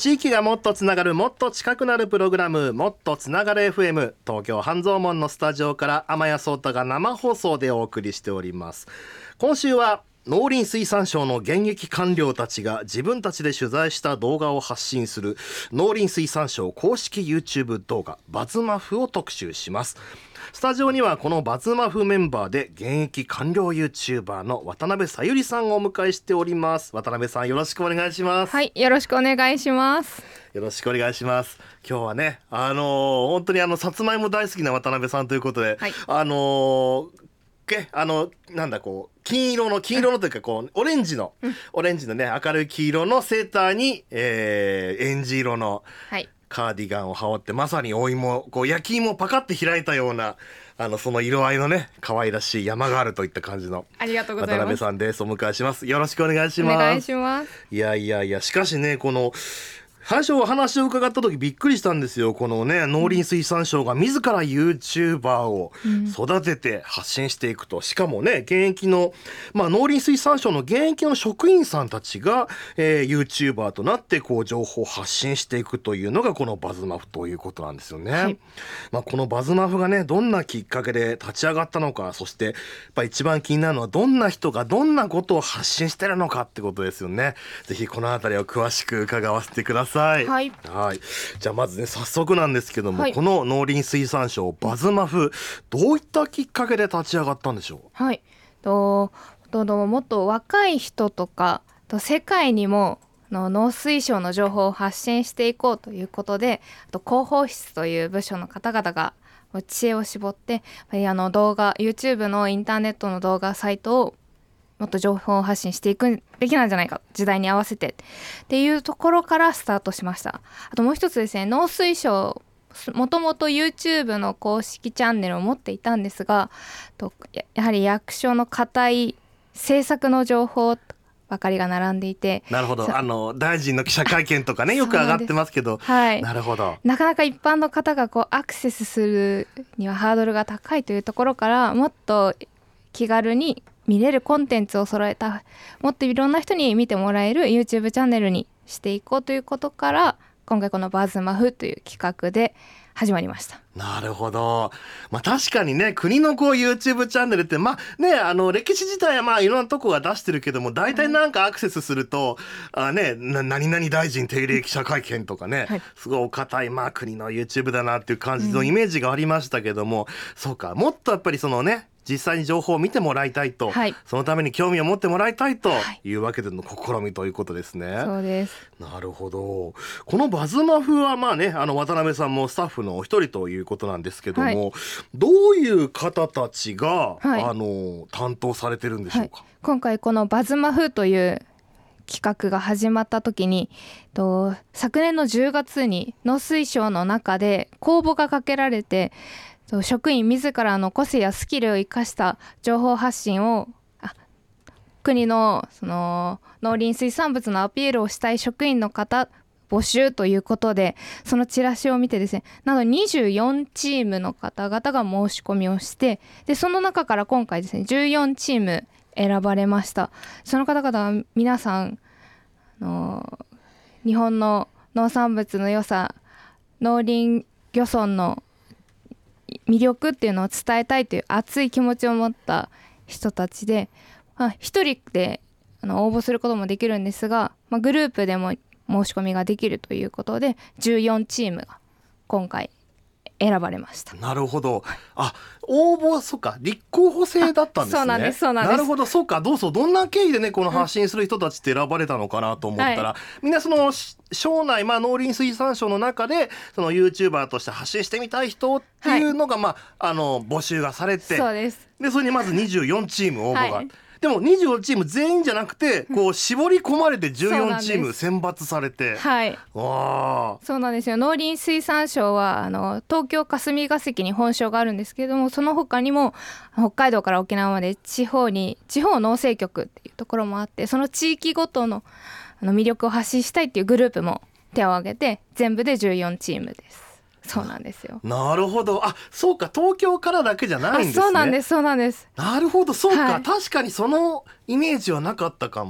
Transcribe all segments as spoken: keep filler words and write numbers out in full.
地域がもっとつながる、もっと近くなるプログラム、もっとつながる エフエム、 東京半蔵門のスタジオから天谷壮太が生放送でお送りしております。今週は農林水産省の現役官僚たちが自分たちで取材した動画を発信する農林水産省公式 YouTube 動画バズマフを特集します。スタジオにはこのバズマフメンバーで現役官僚 YouTuber の渡辺さゆりさんをお迎えしております。渡辺さん、よろしくお願いします。 はい、よろしくお願いします。 よろしくお願いします。今日はね、あのー、本当にあのさつまいも大好きな渡辺さんということで、はい、あのーあのなんだこう金色の金色のというかこうオレンジの、うん、オレンジのね明るい黄色のセーターに、えー、えんじ色のカーディガンを羽織って、まさにお芋こう焼き芋をパカッて開いたようなあのその色合いのね可愛らしい山があるといった感じのありがとうございます。 渡辺さんです。お迎えします。よろしくお願いします。 お願いします。 いやいやいや、しかしね、この最初話を伺った時びっくりしたんですよ。このね農林水産省が自ら YouTuber を育てて発信していくと、うん、しかもね現役の、まあ、農林水産省の現役の職員さんたちが、えー、YouTuber となってこう情報を発信していくというのがこのバズマフということなんですよね、はい。まあ、このバズマフがねどんなきっかけで立ち上がったのか、そしてやっぱ一番気になるのはどんな人がどんなことを発信してるのかってことですよね。ぜひこのあたりを詳しく伺わせてください。はいはいはい、じゃあまずね早速なんですけども、 はい、 この農林水産省バズマフ、どういったきっかけで立ち上がったんでしょう。 はい、ととともっと若い人とかと世界にもの農水省の情報を発信していこうということで、あと広報室という部署の方々が知恵を絞って、やっぱりあの動画 YouTube のインターネットの動画サイトをもっと情報発信していくべきなんじゃないか、時代に合わせてっていうところからスタートしました。あともう一つですね、農水省もともと YouTube の公式チャンネルを持っていたんですが、と や, やはり役所の固い政策の情報ばかりが並んでいて、 なるほど、あの大臣の記者会見とかねよく上がってますけど、 はい、 なるほど、 なかなか一般の方がこうアクセスするにはハードルが高いというところから、もっと気軽に見れるコンテンツを揃えた、もっといろんな人に見てもらえる YouTube チャンネルにしていこうということから、今回このバズマフという企画で始まりました。 なるほど、まあ、確かにね国のこう YouTube チャンネルってまあねあの歴史自体はまあいろんなとこが出してるけども、大体なんかアクセスすると、はい、あねな何々大臣定例記者会見とかね、はい、すごいお堅いまあ国の YouTube だなっていう感じのイメージがありましたけども、うん、そうか、もっとやっぱりそのね実際に情報を見てもらいたいと、はい、そのために興味を持ってもらいたいというわけでの試みということですね、はい、 そうです。 なるほど。このバズマフはまあねあの渡辺さんもスタッフのお一人ということなんですけども、はい、どういう方たちが、はい、あの担当されてるんでしょうか。はい、 今回このバズマフという企画が始まった時にと昨年のじゅうがつに農水省の中で公募がかけられて、職員自らの個性やスキルを生かした情報発信をあ国のその農林水産物のアピールをしたい職員の方募集ということで、そのチラシを見てですね、などにじゅうよんチームの方々が申し込みをして、でその中から今回ですねじゅうよんチーム選ばれました。その方々は皆さんあの日本の農産物の良さ、農林漁村の魅力っていうのを伝えたいという熱い気持ちを持った人たちで、まあ、一人であの応募することもできるんですが、まあ、グループでも申し込みができるということでじゅうよんチームが今回選ばれました。 なるほど。あ、応募そうか立候補制だったんですね。 そうなんですそうなんです。 なるほど、そうか。どうぞどんな経緯でねこの発信する人たちって選ばれたのかなと思ったら、はい、みんなその省内、まあ、農林水産省の中でその YouTuber として発信してみたい人っていうのが、はい、まあ、あの募集がされて、 そうです。 でそれにまずにじゅうよんチーム応募が、 はい、 でもにじゅうよんチーム全員じゃなくてこう絞り込まれてじゅうよんチーム選抜されて、 はい、 わそうなんですよ。農林水産省はあの東京霞が関に本省があるんですけれども、その他にも北海道から沖縄まで地方に地方農政局っていうところもあって、その地域ごとの、あの魅力を発信したいっていうグループも手を挙げて全部でじゅうよんチームです。そうなんですよ。 なるほど。あ、そうか、東京からだけじゃないんですね。 そうなんですそうなんです。 なるほど、そうか、 はい、 確かにそのイメージはなかったかも。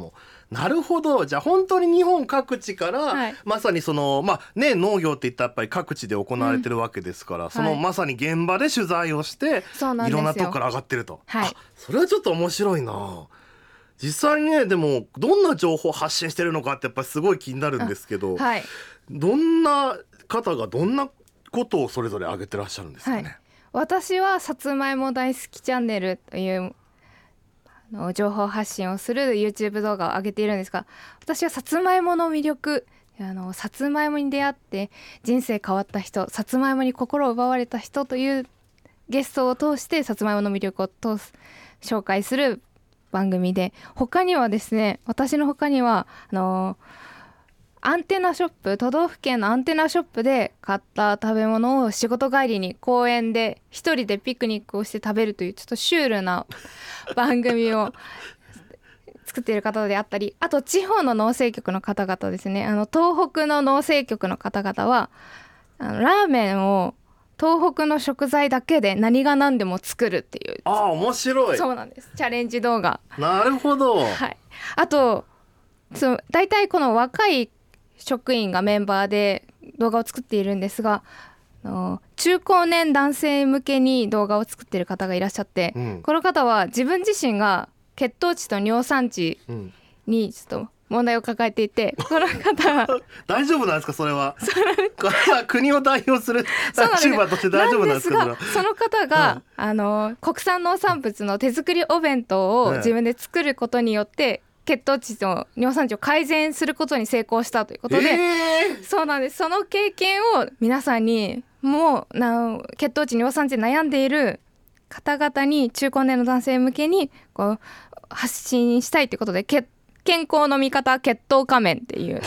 なるほど。じゃあ本当に日本各地から、 はい、 まさにそのまあね農業っていったらやっぱり各地で行われてるわけですから、うん、そのまさに現場で取材をして、はい、いろんなとこから上がってると、 はい、 あ、それはちょっと面白いな。実際にねでもどんな情報を発信してるのかってやっぱりすごい気になるんですけど、 はい、 どんな方がどんなことをそれぞれ上げてらっしゃるんですかね。はい、 私はさつまいも大好きチャンネルというの情報発信をする YouTube 動画を上げているんですが、私はさつまいもの魅力、あのさつまいもに出会って人生変わった人、さつまいもに心を奪われた人というゲストを通してさつまいもの魅力を通す紹介する番組で、他にはですね、私の他にはあのアンテナショップ、都道府県のアンテナショップで買った食べ物を仕事帰りに公園で一人でピクニックをして食べるというちょっとシュールな番組を作っている方であったり、あと地方の農政局の方々ですね、あの東北の農政局の方々はあのラーメンを東北の食材だけで何が何でも作るっていう。 ああ、面白い。 そうなんです、チャレンジ動画。 なるほど、 はい、あとそう大体この若い職員がメンバーで動画を作っているんですが、あの中高年男性向けに動画を作っている方がいらっしゃって、うん、この方は自分自身が血糖値と尿酸値にちょっと問題を抱えていて、うん、この方は大丈夫なんですかそれは。国を代表する YouTuber として大丈夫なんですか。 なんですがその方が、うん、あの国産農産物の手作りお弁当を自分で作ることによって、うん、血糖値と尿酸値を改善することに成功したということで、えー、そうなんです。その経験を皆さんに、もうな血糖値尿酸値で悩んでいる方々に、中高年の男性向けにこう発信したいということで、け健康の味方血糖仮面っていう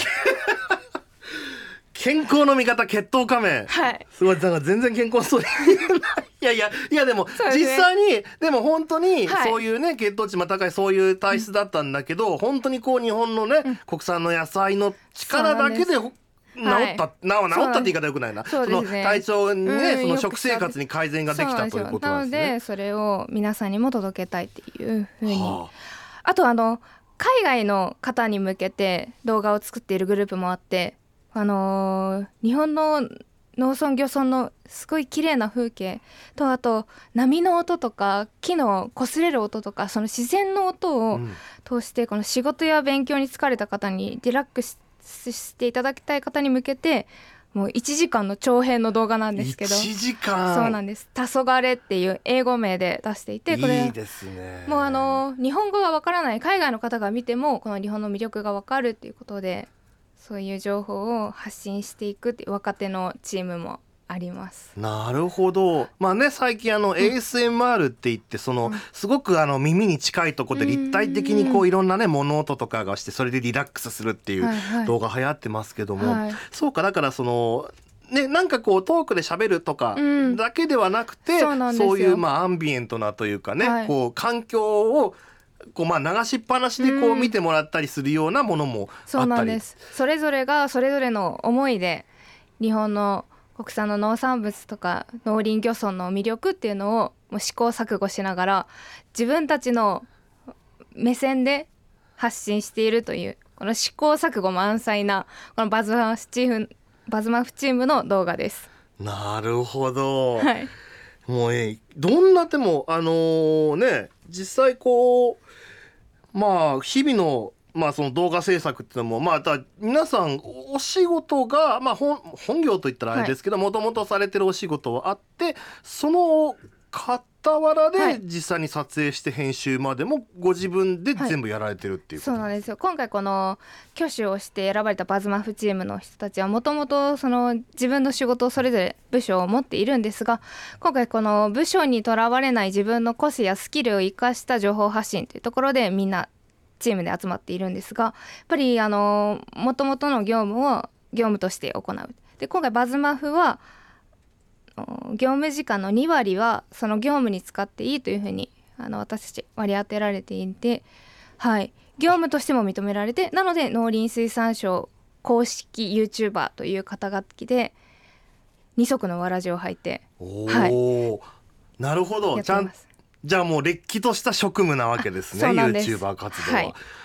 健康の味方血糖仮面、 はい、 すごい。なんか全然健康そうにいやいやいやでも、ね、実際にでも本当にそういうね、はい、血糖値も高いそういう体質だったんだけど、うん、本当にこう日本のね、うん、国産の野菜の力だけで治った、はい、治ったって言い方よくないな。そ, その体調にね、うん、その食生活に改善ができたということなんですね。 なのでそれを皆さんにも届けたいっていうふうに、はあ、あとあの海外の方に向けて動画を作っているグループもあって、あのー、日本の農村漁村のすごい綺麗な風景と、あと波の音とか木の擦れる音とか、その自然の音を通して、この仕事や勉強に疲れた方にリラックスしていただきたい方に向けて、もういちじかんの長編の動画なんですけど、 いちじかん、 そうなんです。黄昏っていう英語名で出していて、これいいですね。 もうあの日本語がわからない海外の方が見てもこの日本の魅力がわかるっていうことで、そういう情報を発信していくっていう若手のチームもあります。 なるほど。まあね、最近あの エーエスエムアール って言って、そのすごくあの耳に近いところで立体的にこういろんなね物音とかがして、それでリラックスするっていう動画流行ってますけども、はいはい、そうか、だからそのね、なんかこうトークで喋るとかだけではなくて、うん、そう、そういうまあアンビエントなというかね、はい、こう環境をこうまあ流しっぱなしでこう見てもらったりするようなものもあったり、うん、 そうなんです。それぞれがそれぞれの思いで日本の国産の農産物とか農林漁村の魅力っていうのをもう試行錯誤しながら自分たちの目線で発信しているという、この試行錯誤満載なこのバズマフチームバズマフチームの動画です。 なるほど、 はい、 もうね、どんなでもあのー、ね実際こうまあ日々のまあその動画制作っていうのも、まあだ皆さんお仕事がまあ本本業といったらあれですけど、もともとされてるお仕事はあって、その傍らで実際に撮影して編集までもご自分で全部やられてるっていうこと、 はい、そうなんですよ。今回この挙手をして選ばれたバズマフチームの人たちはもともとその自分の仕事をそれぞれ部署を持っているんですが、今回この部署にとらわれない自分の個性やスキルを生かした情報発信というところでみんなチームで集まっているんですが、やっぱりあの元々の業務を業務として行う。で今回バズマフは業務時間のにわりはその業務に使っていいというふうにあの私たち割り当てられていて、はい、業務としても認められて、なので農林水産省公式 YouTuber という肩書きで二足のわらじを履いて、 お、はい、なるほど。ちゃんじゃあもうれっきとした職務なわけですね、 YouTuber 活動は。はい、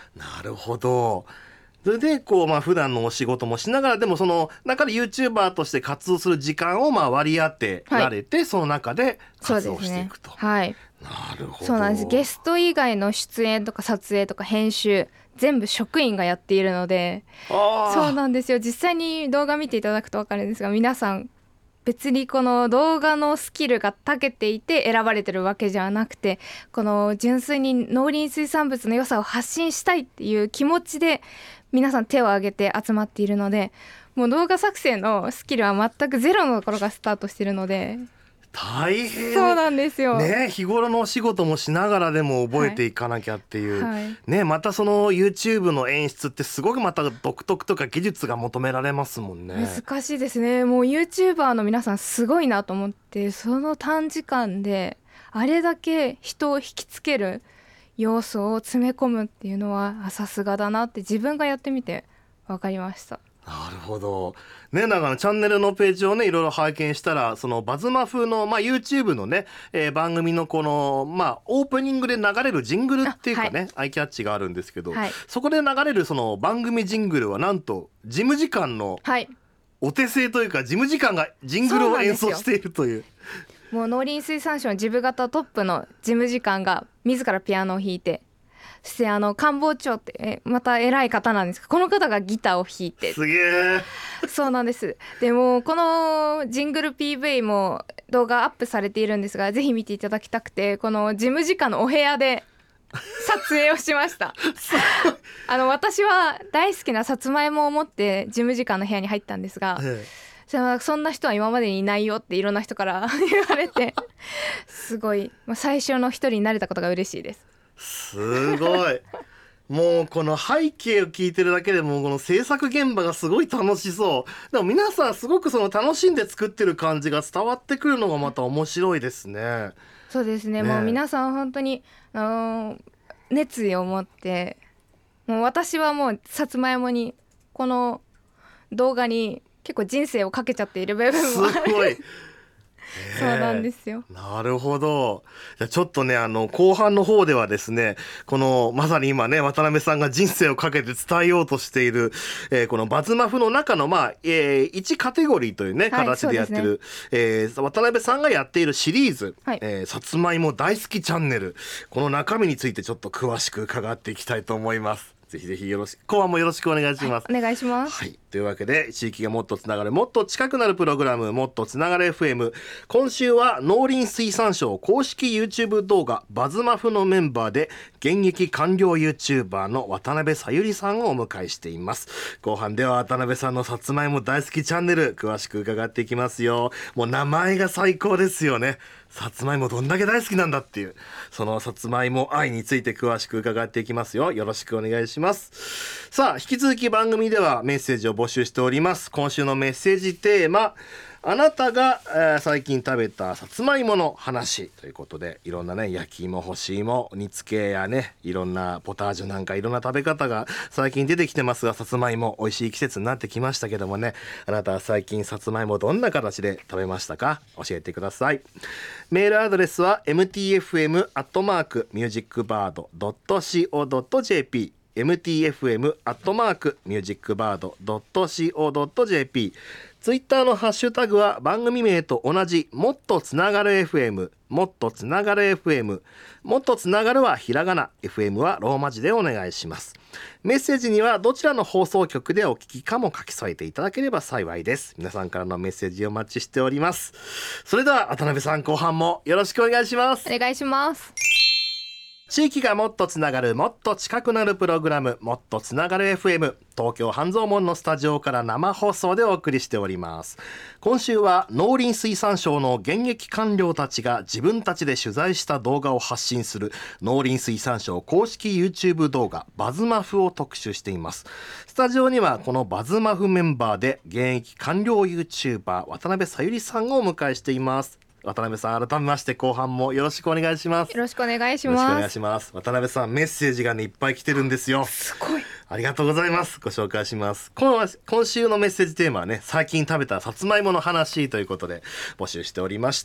なるほど。それでこうまあ普段のお仕事もしながらでもその中で YouTuber として活動する時間をまあ割り当てられて、はい、その中で活動していくと。 そうですね。はい。 なるほど。 そうなんです。ゲスト以外の出演とか撮影とか編集全部職員がやっているので、 あそうなんですよ。実際に動画見ていただくと分かるんですが、皆さん別にこの動画のスキルが長けていて選ばれてるわけじゃなくて、この純粋に農林水産物の良さを発信したいっていう気持ちで皆さん手を挙げて集まっているので、もう動画作成のスキルは全くゼロのところがスタートしているので大変。 そうなんですよ、 ね、日頃のお仕事もしながらでも覚えていかなきゃっていう、 はいはい、 ね、またその YouTube の演出ってすごくまた独特とか技術が求められますもんね。 難しいですね。もう YouTuber の皆さんすごいなと思って、その短時間であれだけ人を引きつける要素を詰め込むっていうのはさすがだなって自分がやってみて分かりました。 なるほどね。なんかチャンネルのページをねいろいろ拝見したら、そのバズマ風の、まあ、YouTube のね、えー、番組のこの、まあ、オープニングで流れるジングルっていうかね、はい、アイキャッチがあるんですけど、はい、そこで流れるその番組ジングルはなんと事務次官のお手製というか、事務次官がジングルを演奏しているという。 もう農林水産省の事務方トップの事務次官が自らピアノを弾いて、そしてあの官房長ってまた偉い方なんですが、この方がギターを弾いて、 すげえ。 そうなんです。でもこのジングル ピーブイ も動画アップされているんですが、ぜひ見ていただきたくて、この事務次官のお部屋で撮影をしましたあの私は大好きなさつまいもを持って事務次官の部屋に入ったんですが、ええ、そんな人は今までにいないよっていろんな人から言われてすごい最初の一人になれたことが嬉しいです。 すごいもうこの背景を聞いてるだけでもこの制作現場がすごい楽しそう。でも皆さんすごくその楽しんで作ってる感じが伝わってくるのがまた面白いですね。 そうですね、ね、もう皆さん本当に、あのー、熱意を持って、もう私はもうさつまいもにこの動画に結構人生をかけちゃっている部分もある。 すごいそうなんですよ。 なるほど。じゃあちょっとね、あの後半の方ではですね、このまさに今ね渡辺さんが人生をかけて伝えようとしている、えー、このバズマフの中のまあ、えー、いちカテゴリーというね形でやってる、はい、えー、渡辺さんがやっているシリーズ、はい、えー、さつまいも大好きチャンネル、この中身についてちょっと詳しく伺っていきたいと思います。ぜひぜひよろしく、後半もよろしくお願いします。 はい、お願いします。 はい、というわけで地域がもっとつながる、もっと近くなるプログラム、もっとつながる エフエム。今週は農林水産省公式 YouTube 動画バズマフのメンバーで現役官僚 YouTuber の渡辺さゆりさんをお迎えしています。後半では渡辺さんのさつまいも大好きチャンネル詳しく伺っていきますよ。もう名前が最高ですよね。さつまいもどんだけ大好きなんだっていう、そのさつまいも愛について詳しく伺っていきますよ。よろしくお願いします。さあ引き続き番組ではメッセージを募集しております。今週のメッセージテーマ、あなたが、えー、最近食べたさつまいもの話ということで、いろんなね焼き芋、干し芋、煮付けやね、いろんなポタージュなんかいろんな食べ方が最近出てきてますが、さつまいも美味しい季節になってきましたけどもね、あなたは最近さつまいもどんな形で食べましたか？教えてください。メールアドレスは エムティーエフエム アットマーク ミュージックバード ドット シーオー ドット ジェーピーエムティーエフエム アットマーク ミュージックバード ドット シーオー ドット ジェーピー。 ツイッターのハッシュタグは番組名と同じもっとつながる エフエム、 もっとつながる エフエム、 もっとつながるはひらがな、 エフエム はローマ字でお願いします。メッセージにはどちらの放送局でお聞きかも書き添えていただければ幸いです。皆さんからのメッセージをお待ちしております。それでは渡辺さん、後半もよろしくお願いします。 お願いします。 地域がもっとつながる、もっと近くなるプログラム、もっとつながる エフエム。 東京半蔵門のスタジオから生放送でお送りしております。今週は農林水産省の現役官僚たちが自分たちで取材した動画を発信する農林水産省公式 YouTube 動画バズマフを特集しています。スタジオにはこのバズマフメンバーで現役官僚 YouTuber 渡辺さゆりさんをお迎えしています。渡辺さん、改めまして後半もよろしくお願いします。 よろしくお願いします。 よろしくお願いします。渡辺さん、メッセージがねいっぱい来てるんですよ。 すごい、 ありがとうございます。ご紹介します。今今週のメッセージテーマはね、最近食べたさつまいもの話ということで募集しておりました。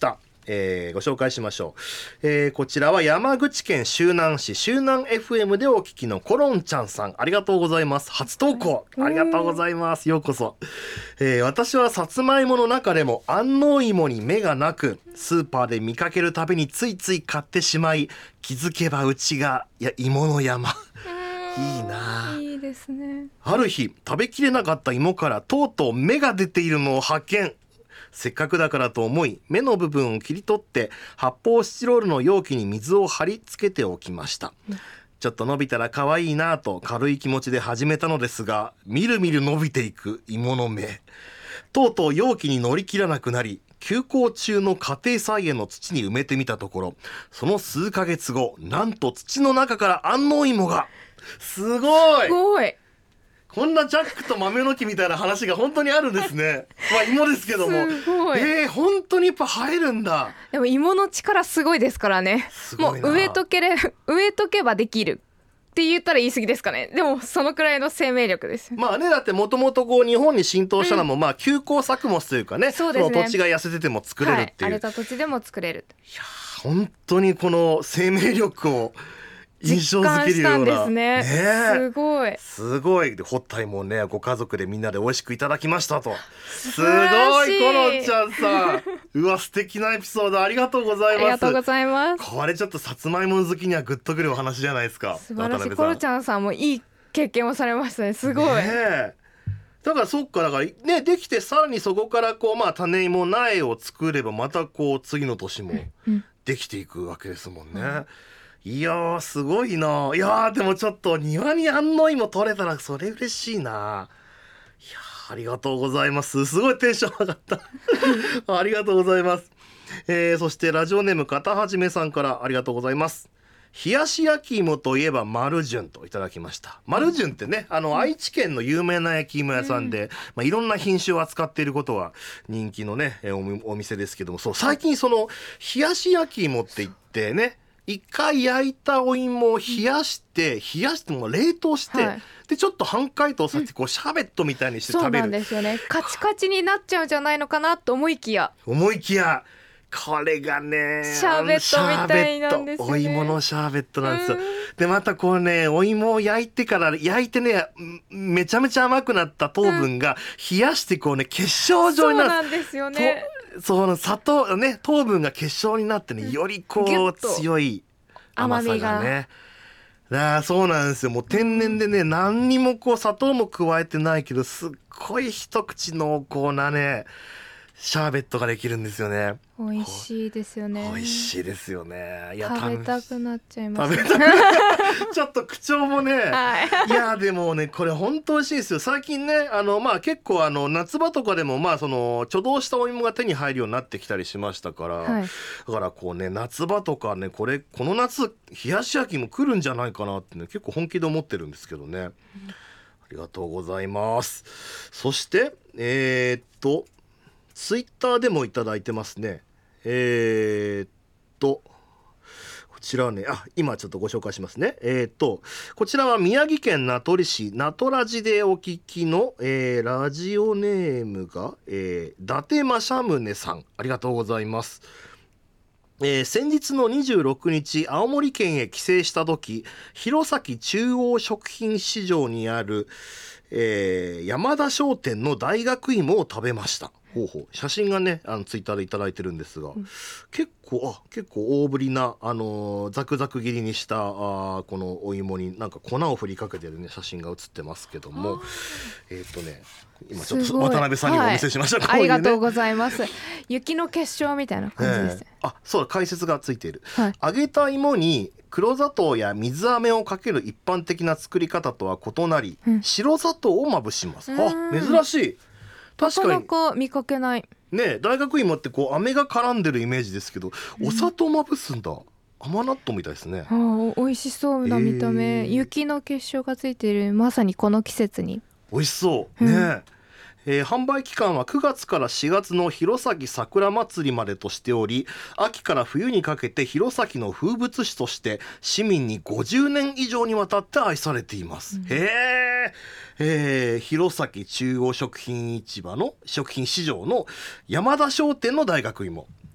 えーご紹介しましょう、えーこちらは山口県周南市周南 エフエム でお聞きのコロンちゃんさん、ありがとうございます。初投稿ありがとうございます。ようこそ、えー私はさつまいもの中でも安納芋に目がなく、スーパーで見かけるたびについつい買ってしまい、気づけばうちがいや芋の山いいなあ。 いいですね。 ある日食べきれなかった芋からとうとう芽が出ているのを発見。せっかくだからと思い芽の部分を切り取って発泡スチロールの容器に水を貼り付けておきました、うん、ちょっと伸びたら可愛いなと軽い気持ちで始めたのですが、みるみる伸びていく芋の芽、とうとう容器に乗り切らなくなり、休校中の家庭菜園の土に埋めてみたところ、その数ヶ月後、なんと土の中から安納芋が。すごいすごい。 こんなジャックと豆の木みたいな話が本当にあるんですね。まあ芋ですけども、 すごい。 えー、本当にやっぱ生えるんだ。 でも芋の力すごいですからね。もう植えとけれ植えとけばできるって言ったら言い過ぎですかね。でもそのくらいの生命力です。 まあね、だってもともとこう日本に浸透したのも、うん、まあ休耕作物というかね、 そうですね、 その土地が痩せてても作れるっていう、はい、 荒れた土地でも作れる。 いや本当にこの生命力を印象づけるような、 実感したんですね。 ね、 すごいすごい。でホッタイもね、ご家族でみんなで美味しくいただきましたと。すごいコロンちゃんさん、うわ素敵なエピソードありがとうございます。 ありがとうございます。 これちょっとさつまいも好きにはグッとくるお話じゃないですか。 素晴らしい。コロちゃんさんもいい経験をされましたね。すごい、 ね、だからそっか、だからねできてさらにそこからこうまあ種芋苗を作ればまたこう次の年もできていくわけですもんね、うんうんいやーすごいな。いやーでもちょっと庭に安納芋取れたらそれ嬉しいな。いやーありがとうございます。すごいテンション上がったありがとうございます、えー、そしてラジオネーム片はじめさんからありがとうございます。冷やし焼き芋といえば丸潤といただきました。丸潤ってね、あの愛知県の有名な焼き芋屋さんで、うんまあ、いろんな品種を扱っていることは人気のね お, お店ですけども、そう最近その冷やし焼き芋って言ってね、一回焼いたお芋を冷やして、うん、冷やしても冷凍して、はい、でちょっと半解凍させてこうシャーベットみたいにして食べる、 そうなんですよね。カチカチになっちゃうんじゃないのかなと思いきや思いきやこれがねシャーベットみたいなんですよね。 お芋のシャーベットなんですよ。でまたこうねお芋を焼いてから焼いてねめちゃめちゃ甘くなった糖分が冷やしてこうね結晶状になる。 そうなんですよね。 その砂糖ね糖分が結晶になってねよりこう強い甘さがね。あそうなんですよ。もう天然でね何にもこう砂糖も加えてないけどすっごい一口濃厚なねシャーベットができるんですよね。 美味しいですよね。 美味しいですよね。 いや食べたくなっちゃいます、ね、 食べたくちょっと口調もね、はい、いやでもねこれ本当美味しいですよ。最近ねあのまあ結構あの夏場とかでもまあその貯蔵したお芋が手に入るようになってきたりしましたから、はい、だからこうね夏場とかねこれこの夏冷やし焼きも来るんじゃないかなってね結構本気で思ってるんですけどね、うん、ありがとうございます。そしてえー、っとツイッターでもいただいてますね。えー、っとこちらはねあ今ちょっとご紹介しますね。えー、っとこちらは宮城県名取市名取ラジでお聞きの、えー、ラジオネームが、えー、伊達政宗さんありがとうございます。えー、先日のにじゅうろくにち青森県へ帰省した時弘前中央食品市場にある、えー、山田商店の大学芋を食べました。ほうほう写真がねあのツイッターでいただいてるんですが、うん、結構あ結構大ぶりな、あのー、ザクザク切りにしたあこのお芋になんか粉を振りかけてるね写真が写ってますけども、えっ、ー、とね今ちょっと渡辺さんにもお見せしました、 はい、こういうね、ありがとうございます。雪の結晶みたいな感じです、ねえー、あそうだ解説がついている、はい、揚げた芋に黒砂糖や水飴をかける一般的な作り方とは異なり、うん、白砂糖をまぶします。あ珍しい。確かになかなか見かけないね。大学芋ってこう飴が絡んでるイメージですけど、お砂糖まぶすんだ、うん、甘納豆みたいですね。 あ美味しそうな見た目、えー、雪の結晶がついているまさにこの季節に美味しそうね、うんえー、販売期間はくがつからしがつの弘前桜祭りまでとしており、秋から冬にかけて弘前の風物詩として市民にごじゅうねん以上にわたって愛されています、うん、へーえー、弘前中央食品市場の食品市場の山田商店の大学芋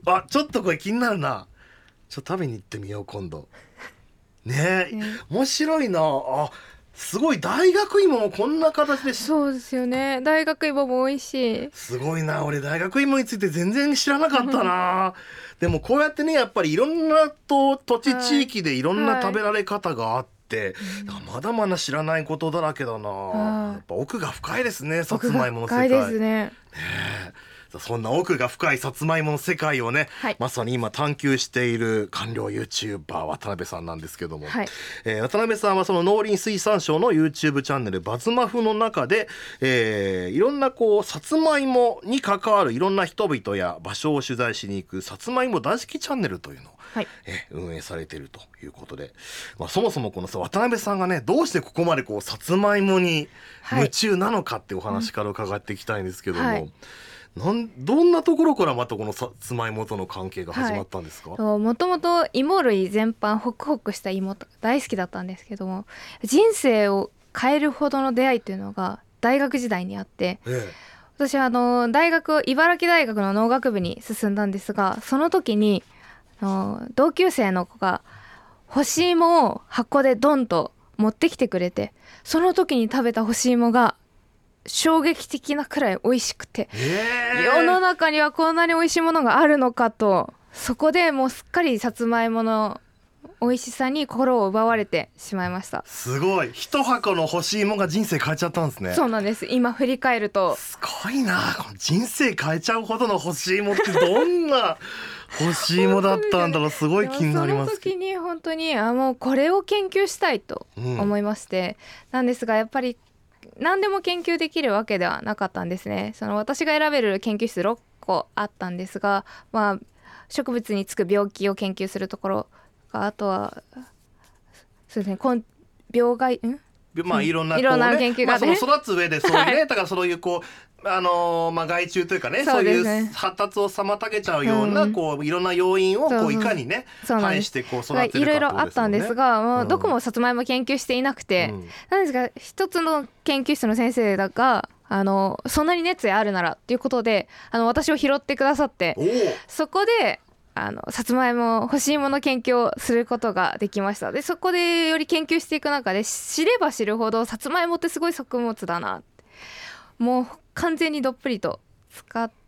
あ、ちょっとこれ気になるな。ちょっと食べに行ってみよう今度。ねえ、 ね面白いなあ。すごい、大学芋もこんな形で。 そうですよね。大学芋も美味しい。 すごいな。俺大学芋について全然知らなかったなでもこうやってね、やっぱりいろんなと土地地域でいろんな食べられ方があって、はい、まだまだ知らないことだらけだな、やっぱ奥が深いですね、さつまいもの世界。 奥が深いですね。 ねえ、そんな奥が深いさつまいもの世界をね、はい、まさに今探求している官僚 YouTuber 渡辺さんなんですけども、はい、えー、渡辺さんはその農林水産省の YouTube チャンネルバズマフの中で、えー、いろんなこうさつまいもに関わるいろんな人々や場所を取材しに行くさつまいも大好きチャンネルというのを、はい、えー、運営されているということで、まあ、そもそもこのさ渡辺さんがね、どうしてここまでこうさつまいもに夢中なのかっていうお話から伺っていきたいんですけども、はい、なんどんなところからまたこのさつまいもとの関係が始まったんですか？ はい、もともと芋類全般ホクホクした芋とか大好きだったんですけども、人生を変えるほどの出会いというのが大学時代にあって、ええ、私はあの大学茨城大学の農学部に進んだんですが、その時にあの同級生の子が干し芋を箱でドンと持ってきてくれて、その時に食べた干し芋が衝撃的なくらい美味しくて、えー、世の中にはこんなに美味しいものがあるのかと、そこでもうすっかりさつまいもの美味しさに心を奪われてしまいました。 すごい、一箱の干し芋が人生変えちゃったんですね。 そうなんです。今振り返るとすごいな、この人生変えちゃうほどの干し芋ってどんな干し芋だったんだろう。すごい気になります。 その時に本当にあもうこれを研究したいと思いまして、うん、なんですがやっぱり何でも研究できるわけではなかったんですね。その私が選べる研究室ろっこあったんですが、まあ、植物につく病気を研究するところが、あとはそうですね、病害んまあいろんなこう、ね、 いろんな研究が、ね、 まあ、その育つ上でそういうね、はい、だからそういうこうあのーまあ、害虫というかね、そういう発達を妨げちゃうような、うん、こういろんな要因をこういかにね排してこう育てるかってことですよね。 いろいろあったんですが、もうどこもさつまいも研究していなくて、うん、なんですが一つの研究室の先生だがあのそんなに熱意あるならっていうことであの私を拾ってくださって、そこであのさつまいも干し芋の研究をすることができました。でそこでより研究していく中で知れば知るほどさつまいもってすごい作物だな、もう完全にどっぷりと使って、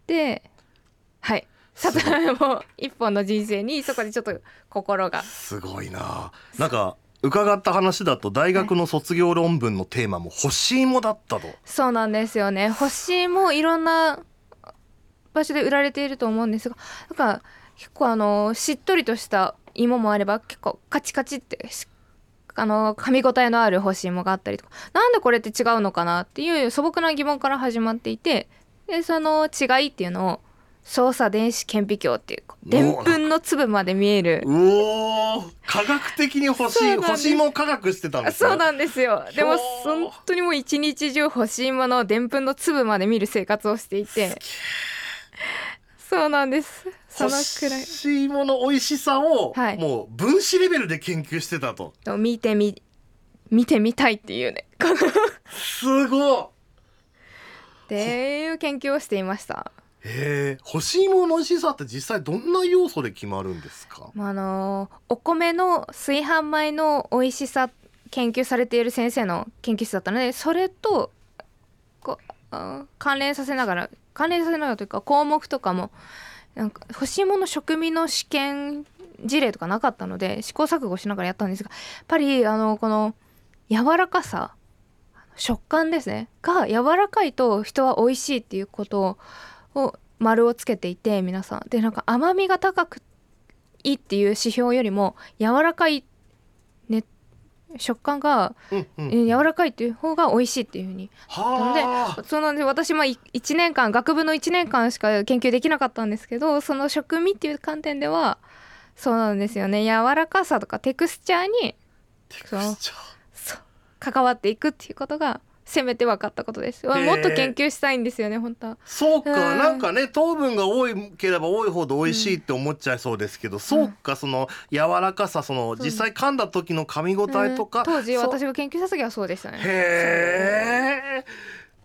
はいさつまいも一本の人生にそこでちょっと心がすごいな。なんか伺った話だと大学の卒業論文のテーマも干し芋だったと、はい、 そうなんですよね。干し芋いろんな場所で売られていると思うんですが、だから結構あのしっとりとした芋もあれば結構カチカチってあの噛み応えのある干し芋があったりとか、なんでこれって違うのかなっていう素朴な疑問から始まっていて、でその違いっていうのを操作電子顕微鏡っていうでんぷんの粒まで見える、 うお科学的に干し干し芋を科学してたんですね。 そうなんですよ。でも本当にもう一日中干し芋のでんぷんの粒まで見る生活をしていて、そうなんです。そのくらい干し芋の美味しさを、はい、もう分子レベルで研究してたと。 見てみ見てみたいっていうねすごいっていう研究をしていました。 へえ、干し芋の美味しさって実際どんな要素で決まるんですか？ あのお米の炊飯米の美味しさ研究されている先生の研究室だったので、それとこう関連させながら関連させながらというか項目とかもなんか干し芋の食味の試験事例とかなかったので試行錯誤しながらやったんですが、やっぱりあのこの柔らかさ食感ですねが柔らかいと人は美味しいっていうことを丸をつけていて、皆さんでなんか甘みが高くいいっていう指標よりも柔らかい、ね、食感が、うんうん、柔らかいっていう方が美味しいっていう風になので、そうなんで私もいちねんかん学部のいちねんかんしか研究できなかったんですけど、その食味っていう観点ではそうなんですよね。柔らかさとかテクスチャーにテクスチャーそう関わっていくっていうことがせめて分かったことです。もっと研究したいんですよね本当は。 そうか、うん、なんかね糖分が多ければ多いほど美味しいって思っちゃいそうですけど、うん、そうか、その柔らかさ、その実際噛んだ時の噛み応えとか、 うん、当時私が研究した時はそうでしたね。 へえ、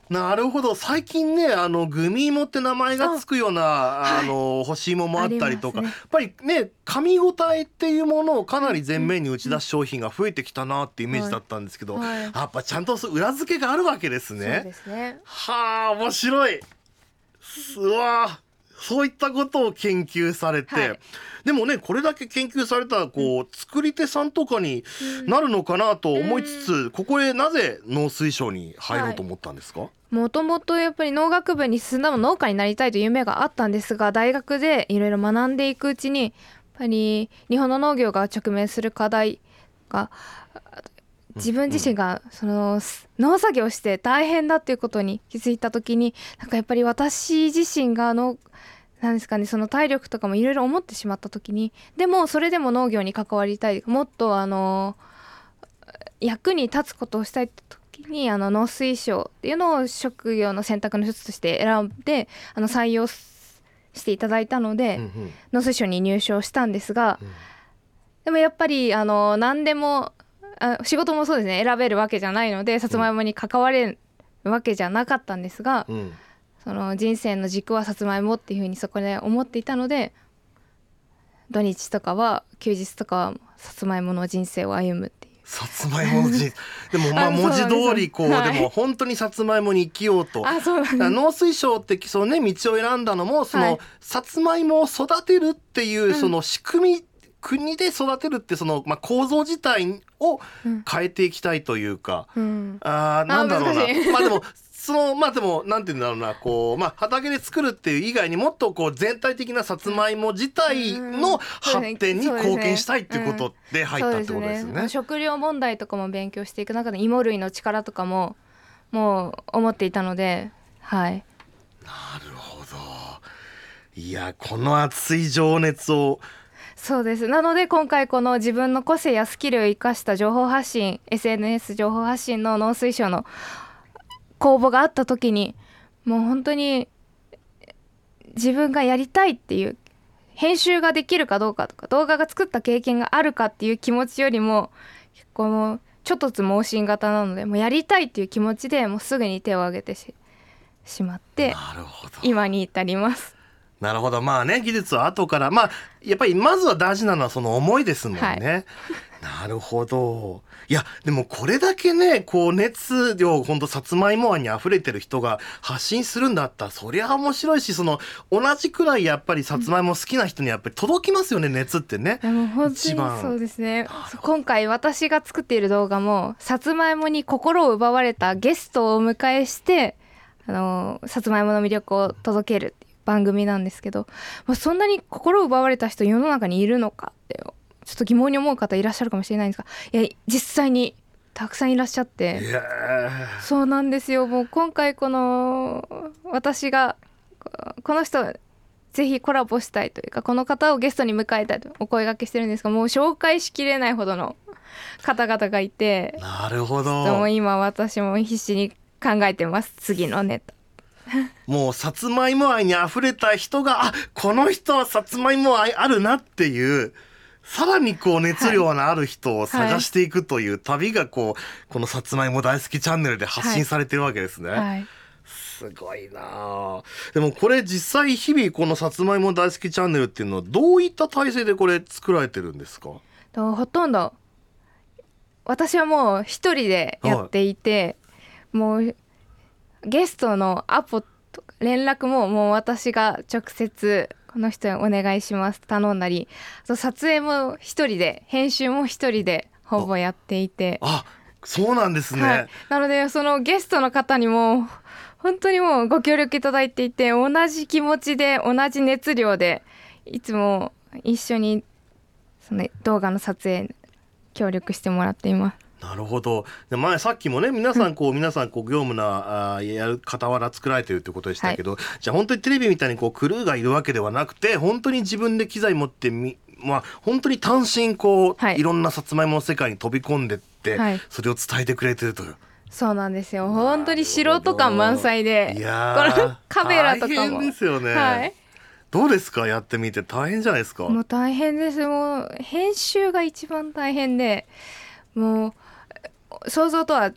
なるほど。最近ね、あのグミ芋って名前がつくようなあ、あの干し芋もあったりとか、ね、やっぱりね噛み応えっていうものをかなり前面に打ち出す商品が増えてきたなってイメージだったんですけど、はいはい、やっぱちゃんと裏付けがあるわけですね。 そうですね。 はあ、面白い。うわ、そういったことを研究されて、はい、でもねこれだけ研究されたらこう、うん、作り手さんとかになるのかなと思いつつ、うん、ここへなぜ農水省に入ろうと思ったんですか？はい、 もともとやっぱり農学部に進んだも農家になりたいという夢があったんですが、大学でいろいろ学んでいくうちにやっぱり日本の農業が直面する課題が、自分自身がその農作業して大変だっていうことに気づいた時に、なんかやっぱり私自身が農なんですかね、その体力とかもいろいろ思ってしまった時に、でもそれでも農業に関わりたい、もっとあの役に立つことをしたいって時に、あの農水省っていうのを職業の選択の一つとして選んであの採用していただいたので、うんうん、農水省に入省したんですが、うん、でもやっぱりあの何でもあ仕事もそうですね、選べるわけじゃないのでさつまいもに関われるわけじゃなかったんですが、うん、その人生の軸はさつまいもっていう風にそこで思っていたので、土日とかは休日とかはさつまいもの人生を歩むっていう。 さつまいもの人でもまあ文字通りこう、はい、でも本当にさつまいもに生きようと。あ、そうなんです。農水省ってそのね道を選んだのもその、はい、さつまいもを育てるっていうその仕組み、うん、国で育てるってその、まあ、構造自体を変えていきたいというか、うん、あなんだろうな、まあでもそのまあでもなんていうんだろうな、こう、まあ、畑で作るっていう以外にもっとこう全体的なさつまいも自体の発展に貢献したいっていうことで入ったってことですね。うん、ね、 食料問題とかも勉強していく中で芋類の力とかももう思っていたので、はい。 なるほど。いやこの熱い情熱を。 そうです。なので今回この自分の個性やスキルを生かした情報発信 エスエヌエス 情報発信の農水省の公募があった時に、もう本当に自分がやりたいっていう、編集ができるかどうかとか動画が作った経験があるかっていう気持ちよりも、このちょっとつ盲信型なのでもうやりたいっていう気持ちでもうすぐに手を挙げて し, しまってなるほど今に至ります。 なるほど。まあね技術は後から、まあやっぱりまずは大事なのはその思いですもんね。はい、なるほど。いやでもこれだけねこう熱量ほんとさつまいも愛にあふれてる人が発信するんだったらそりゃ面白いし、その同じくらいやっぱりさつまいも好きな人にやっぱり届きますよね、熱ってね。 でも本当にそうですね。今回私が作っている動画もさつまいもに心を奪われたゲストをお迎えしてあのさつまいもの魅力を届けるっていう番組なんですけど、まあ、そんなに心を奪われた人世の中にいるのかってちょっと疑問に思う方いらっしゃるかもしれないんですが、いや実際にたくさんいらっしゃって、そうなんですよ。もう今回この私がこの人ぜひコラボしたいというかこの方をゲストに迎えたいとお声掛けしてるんですが、もう紹介しきれないほどの方々がいて、 なるほど。 もう今私も必死に考えてます、次のネタ。 もうさつまいも愛にあふれた人が、あこの人はさつまいも愛あるなっていうさらにこう熱量のある人を探していくという旅がこうこのさつまいも大好きチャンネルで発信されてるわけですね。はいはい、すごいな。でもこれ実際日々このさつまいも大好きチャンネルっていうのはどういった体制でこれ作られてるんですか？ ほとんど私はもう一人でやっていて、はい、もうゲストのアポとか連絡ももう私が直接この人にお願いします頼んだり、あと撮影も一人で編集も一人でほぼやっていて、 あ、そうなんですね。 はい、なのでそのゲストの方にも本当にもうご協力いただいていて、同じ気持ちで同じ熱量でいつも一緒にその動画の撮影協力してもらっています。 なるほど。で前さっきもね皆さんこう、うん、皆さんこう業務なあやる傍ら作られてるってことでしたけど、はい、じゃあ本当にテレビみたいにこうクルーがいるわけではなくて本当に自分で機材持ってみまあ本当に単身こう、はい、いろんなさつまいもの世界に飛び込んでって、はい、それを伝えてくれてるという。 そうなんですよ。本当に素人感満載で、 いやこのカメラとかも大変ですよね。 はい、 どうですかやってみて大変じゃないですか？ もう大変です。もう編集が一番大変で、もう想像とは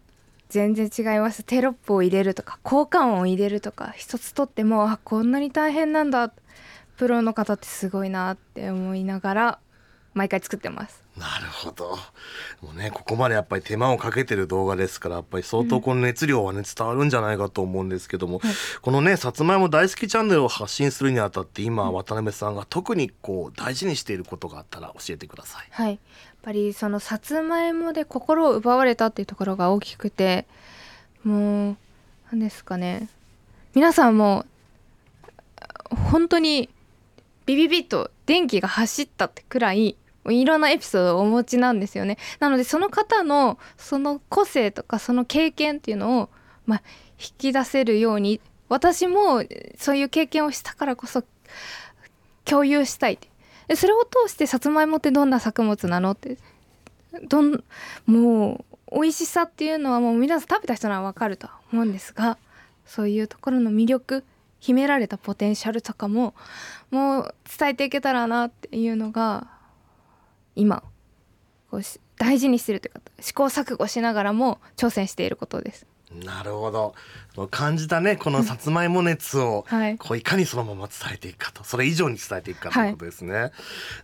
全然違います。テロップを入れるとか効果音を入れるとか一つとっても、あこんなに大変なんだ、プロの方ってすごいなって思いながら毎回作ってます。 なるほど。もうね、ここまでやっぱり手間をかけてる動画ですから、やっぱり相当この熱量はね、伝わるんじゃないかと思うんですけども、 はい、 このねさつまいも大好きチャンネルを発信するにあたって今、うん、渡辺さんが特にこう大事にしていることがあったら教えてください。 はい、やっぱりそのさつまいもで心を奪われたっていうところが大きくて、もう何ですかね、皆さんも本当にビビビッと電気が走ったってくらいいろんなエピソードをお持ちなんですよね。なのでその方のその個性とかその経験っていうのを、まあ、引き出せるように、私もそういう経験をしたからこそ共有したいって。でそれを通してさつまいもってどんな作物なのって、どんもう美味しさっていうのはもう皆さん食べた人なら分かるとは思うんですが、そういうところの魅力、秘められたポテンシャルとかももう伝えていけたらなっていうのが今こう大事にしてるというか、試行錯誤しながらも挑戦していることです。 なるほど。感じたねこのさつまいも熱を、 はい、 こういかにそのまま伝えていくかと、それ以上に伝えていくかということですね、はい、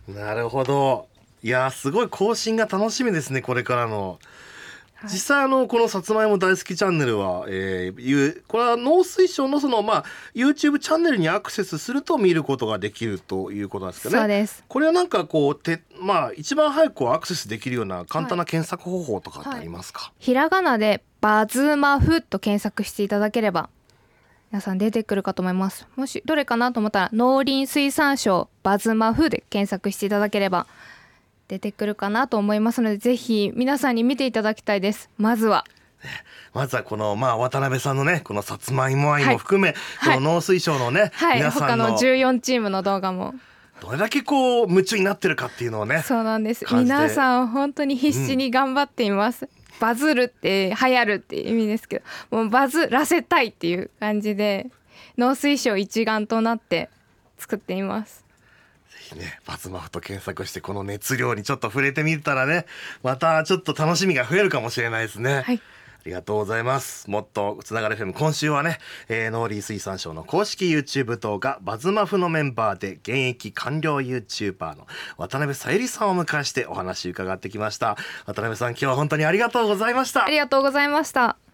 なるほど。いやすごい更新が楽しみですね、これからの。はい、実際あのこのさつまいも大好きチャンネルは、えー、これは農水省のその、まあ、YouTube チャンネルにアクセスすると見ることができるということなんですかね。 そうです。 これはなんかこうて、まあ、一番早くこうアクセスできるような簡単な検索方法とかってありますか？ はいはい、ひらがなでバズマフと検索していただければ皆さん出てくるかと思います。もしどれかなと思ったら農林水産省バズマフで検索していただければ出てくるかなと思いますので、ぜひ皆さんに見ていただきたいです。まずはまずはこの、まあ、渡辺さんのねこのさつまいも愛も含め、はい、この農水省のね、 はい、 皆さんの他のじゅうよんチームの動画もどれだけこう夢中になってるかっていうのをね。 そうなんです。皆さん本当に必死に頑張っています、うん、バズるって流行るっていう意味ですけど、もうバズらせたいっていう感じで農水省一丸となって作っています。 ぜひね、バズマフと検索してこの熱量にちょっと触れてみたらね、またちょっと楽しみが増えるかもしれないですね。はい、ありがとうございます。もっとつながる エフエム、今週はね、えー、農林水産省の公式 YouTube 動画バズマフのメンバーで現役官僚 YouTuber の渡辺さゆりさんをお迎えしてお話伺ってきました。渡辺さん、今日は本当にありがとうございました。 ありがとうございました。